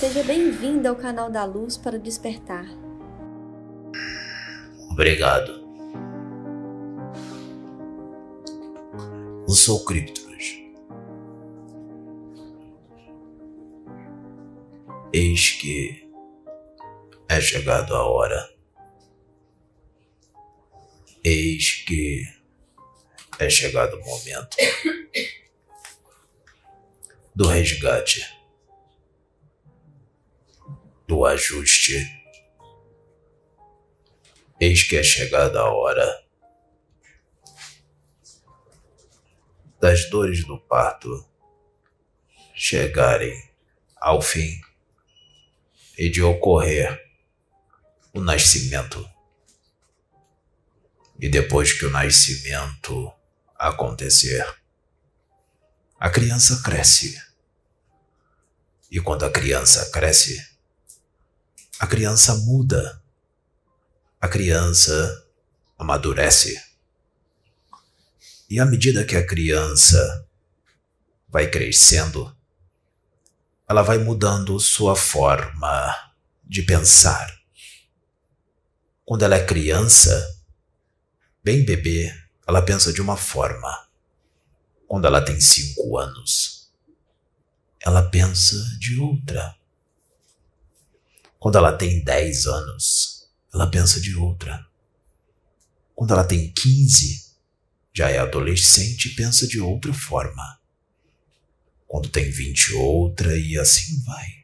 Seja bem-vindo ao canal da Luz para o Despertar. Obrigado. Eu sou Cryptos. Eis que é chegado a hora. Eis que é chegado o momento do resgate, do ajuste. Eis que é chegada a hora das dores do parto chegarem ao fim e de ocorrer o nascimento. E depois que o nascimento acontecer, a criança cresce. E quando a criança cresce, a criança muda. A criança amadurece. E à medida que a criança vai crescendo, ela vai mudando sua forma de pensar. Quando ela é criança, bem bebê, ela pensa de uma forma. Quando ela tem 5 anos, ela pensa de outra. Quando ela tem 10 anos, ela pensa de outra. Quando ela tem 15, já é adolescente e pensa de outra forma. Quando tem 20, outra, e assim vai.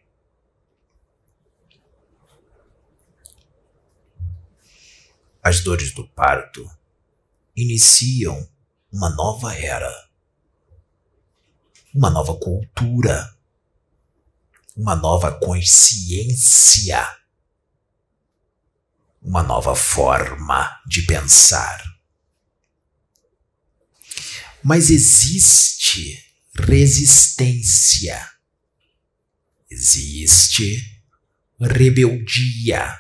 As dores do parto iniciam uma nova era, uma nova cultura, uma nova consciência, uma nova forma de pensar. Mas existe resistência, existe rebeldia,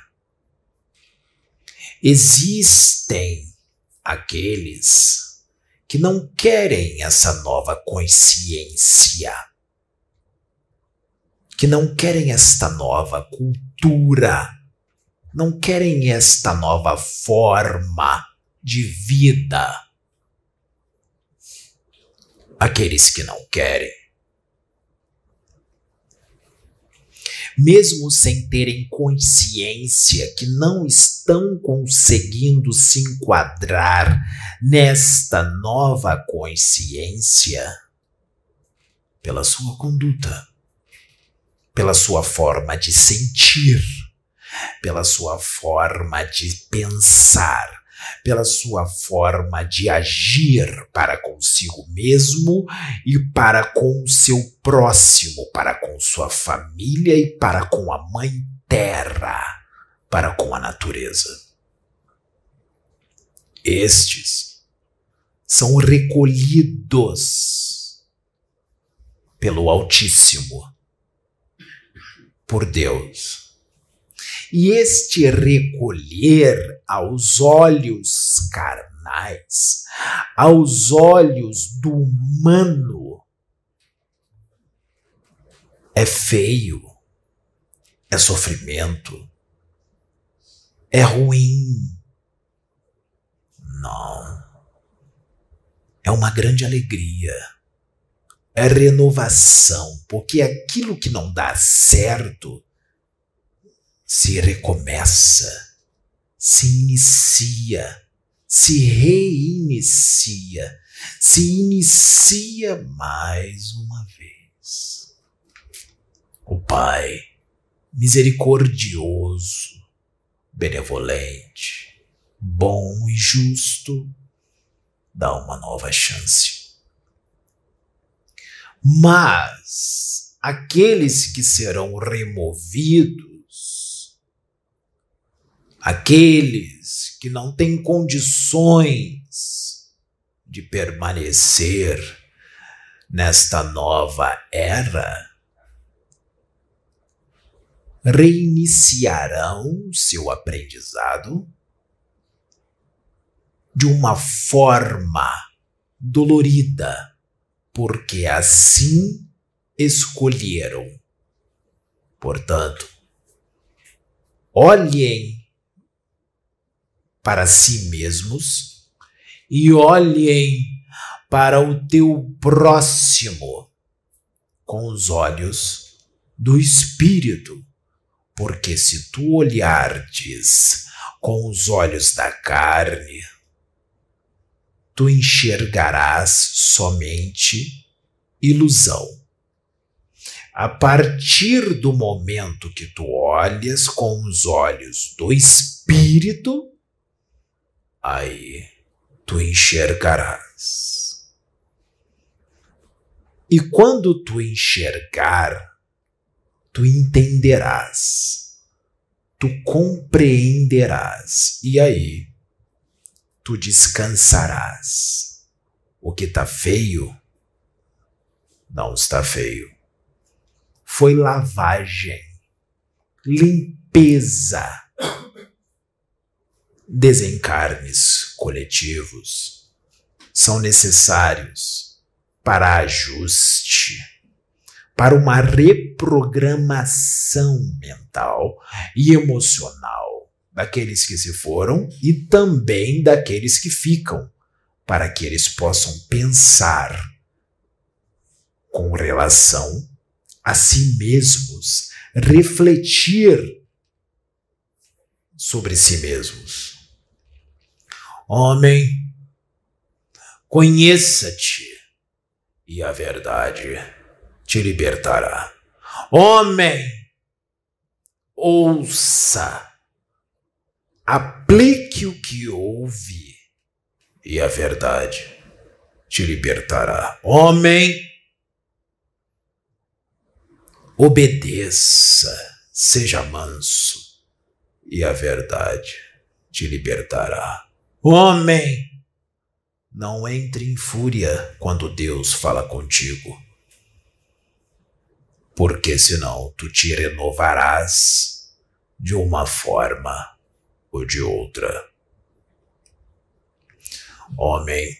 existem aqueles que não querem essa nova consciência, que não querem esta nova cultura, não querem esta nova forma de vida. Aqueles que não querem, mesmo sem terem consciência que não estão conseguindo se enquadrar nesta nova consciência, pela sua conduta, pela sua forma de sentir, pela sua forma de pensar, pela sua forma de agir para consigo mesmo e para com o seu próximo, para com sua família e para com a Mãe Terra, para com a natureza. Estes são recolhidos pelo Altíssimo, por Deus. E este recolher aos olhos carnais, aos olhos do humano, é feio, é sofrimento, é ruim. Não. É uma grande alegria, é renovação, porque aquilo que não dá certo se recomeça, se inicia, se reinicia, se inicia mais uma vez. O Pai, misericordioso, benevolente, bom e justo, dá uma nova chance. Mas aqueles que serão removidos, aqueles que não têm condições de permanecer nesta nova era, reiniciarão seu aprendizado de uma forma dolorida, porque assim escolheram. Portanto, olhem para si mesmos e olhem para o teu próximo com os olhos do Espírito, porque se tu olhardes com os olhos da carne, tu enxergarás somente ilusão. A partir do momento que tu olhas com os olhos do Espírito, aí tu enxergarás. E quando tu enxergar, tu entenderás, tu compreenderás, e aí tu descansarás. O que está feio, não está feio. Foi lavagem, limpeza. Desencarnes coletivos são necessários para ajuste, para uma reprogramação mental e emocional daqueles que se foram e também daqueles que ficam, para que eles possam pensar com relação a si mesmos, refletir sobre si mesmos. Homem, conheça-te e a verdade te libertará. Homem, ouça, aplique o que ouve e a verdade te libertará. Homem, obedeça, seja manso e a verdade te libertará. Homem, não entre em fúria quando Deus fala contigo, porque senão tu te renovarás de uma forma ou de outra. Homem,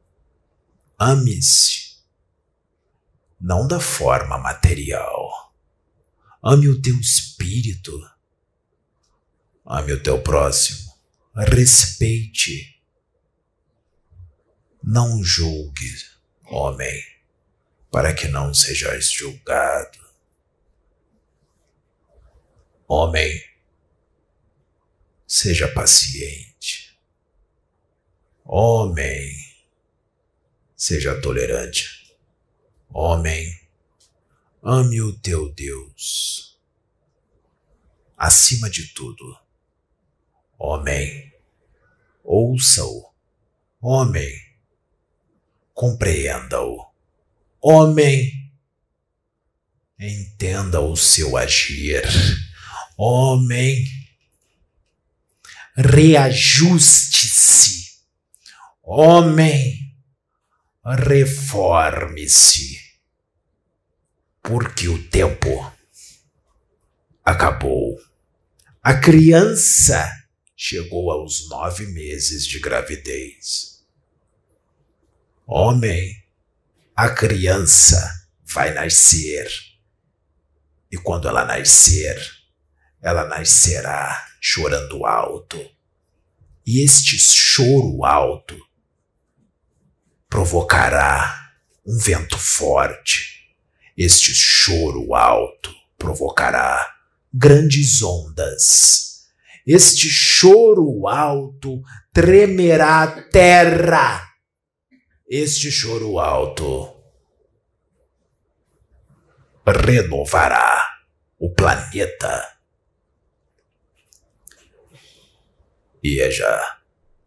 ame-se, não da forma material. Ame o teu espírito, ame o teu próximo, respeite, não julgue, homem, para que não sejais julgado. Homem, seja paciente. Homem, seja tolerante. Homem, ame o teu Deus acima de tudo. Homem, ouça-o. Homem, compreenda-o. Homem, entenda o seu agir. Homem, reajuste-se. Homem, reforme-se. Porque o tempo acabou. A criança chegou aos 9 meses de gravidez. Homem, a criança vai nascer. E quando ela nascer, ela nascerá chorando alto. E este choro alto provocará um vento forte. Este choro alto provocará grandes ondas. Este choro alto tremerá a terra. Este choro alto renovará o planeta. E é já.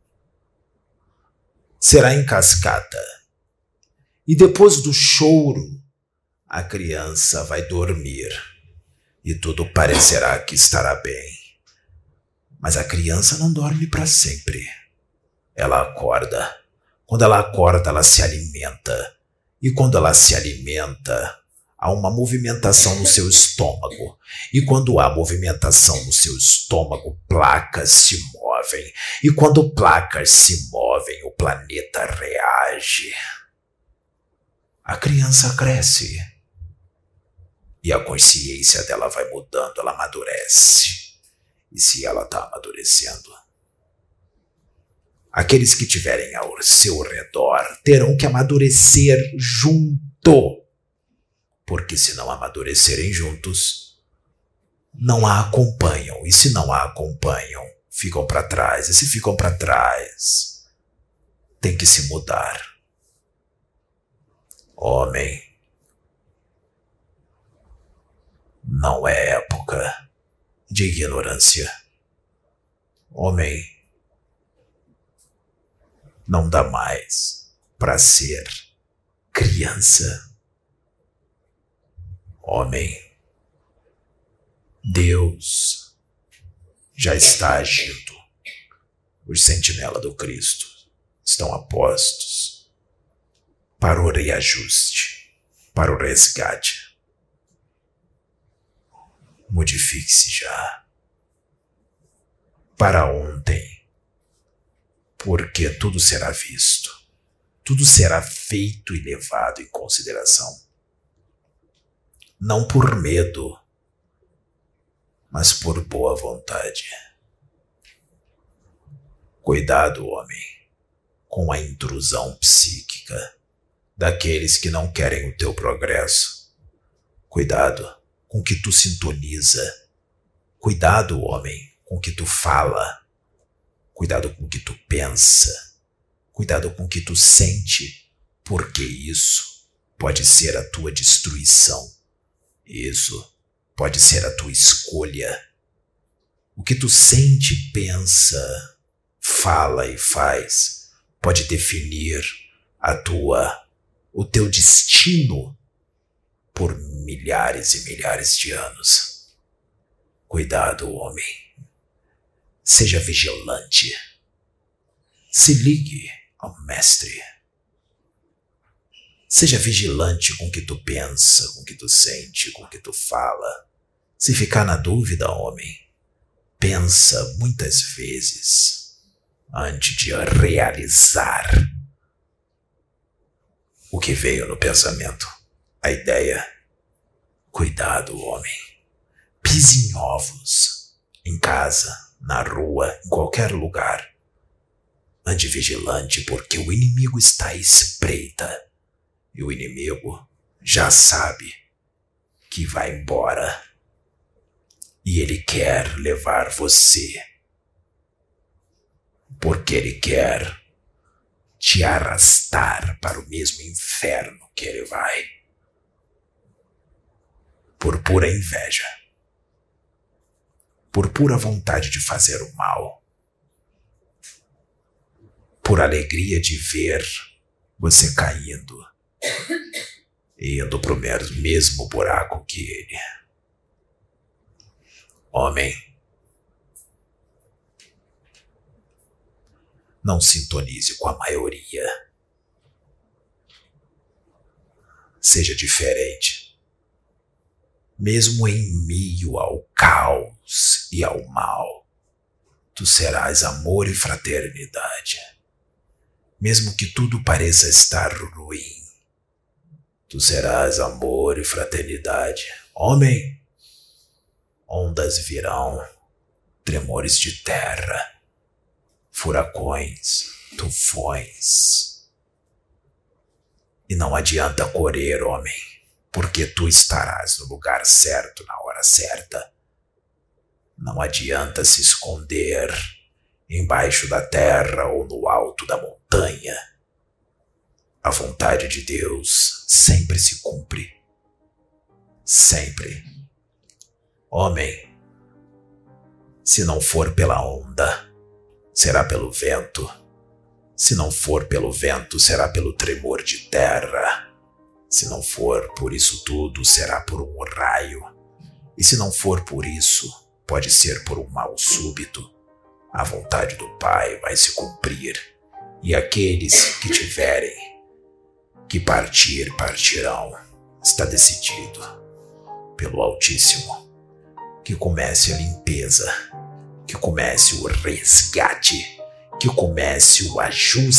Será em cascata. E depois do choro, a criança vai dormir e tudo parecerá que estará bem. Mas a criança não dorme para sempre. Ela acorda. Quando ela acorda, ela se alimenta. E quando ela se alimenta, há uma movimentação no seu estômago. E quando há movimentação no seu estômago, placas se movem. E quando placas se movem, o planeta reage. A criança cresce. E a consciência dela vai mudando, ela amadurece. E se ela está amadurecendo, aqueles que estiverem ao seu redor terão que amadurecer junto. Porque se não amadurecerem juntos, não a acompanham. E se não a acompanham, ficam para trás. E se ficam para trás, tem que se mudar. Homem, não é época de ignorância. Homem, não dá mais para ser criança. Homem, Deus já está agindo. Os sentinelas do Cristo estão a postos para o reajuste, para o resgate. Modifique-se já para ontem, porque tudo será visto, tudo será feito e levado em consideração. Não por medo, mas por boa vontade. Cuidado, homem, com a intrusão psíquica daqueles que não querem o teu progresso. Cuidado com o que tu sintoniza. Cuidado, homem, com o que tu fala. Cuidado com o que tu pensa. Cuidado com o que tu sente, porque isso pode ser a tua destruição. Isso pode ser a tua escolha. O que tu sente, pensa, fala e faz pode definir o teu destino por milhares e milhares de anos. Cuidado, homem. Seja vigilante. Se ligue ao mestre. Seja vigilante com o que tu pensa, com o que tu sente, com o que tu fala. Se ficar na dúvida, homem, pensa muitas vezes antes de realizar o que veio no pensamento, a ideia. Cuidado, homem. Pise em ovos, em casa, na rua, em qualquer lugar. Ande vigilante, porque o inimigo está à espreita. E o inimigo já sabe que vai embora. E ele quer levar você. Porque ele quer te arrastar para o mesmo inferno que ele vai. Por pura inveja. Por pura vontade de fazer o mal. Por alegria de ver você caindo. Indo para o mesmo buraco que ele. Homem, não sintonize com a maioria. Seja diferente. Mesmo em meio ao caos e ao mal, tu serás amor e fraternidade. Mesmo que tudo pareça estar ruim, tu serás amor e fraternidade. Homem, ondas virão, tremores de terra, furacões, tufões. E não adianta correr, homem, porque tu estarás no lugar certo, na hora certa. Não adianta se esconder embaixo da terra ou no alto da montanha. A vontade de Deus sempre se cumpre. Sempre. Homem, se não for pela onda, será pelo vento. Se não for pelo vento, será pelo tremor de terra. Se não for por isso tudo, será por um raio. E se não for por isso, pode ser por um mal súbito. A vontade do Pai vai se cumprir. E aqueles que tiverem que partir, partirão. Está decidido pelo Altíssimo. Que comece a limpeza, que comece o resgate, que comece o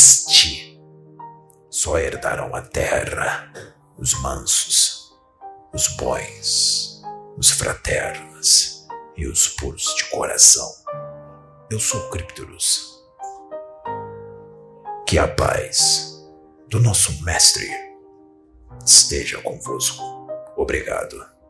ajuste. Só herdarão a terra os mansos, os bons, os fraternos e os puros de coração. Eu sou Crypturus. Que a paz do nosso mestre esteja convosco. Obrigado.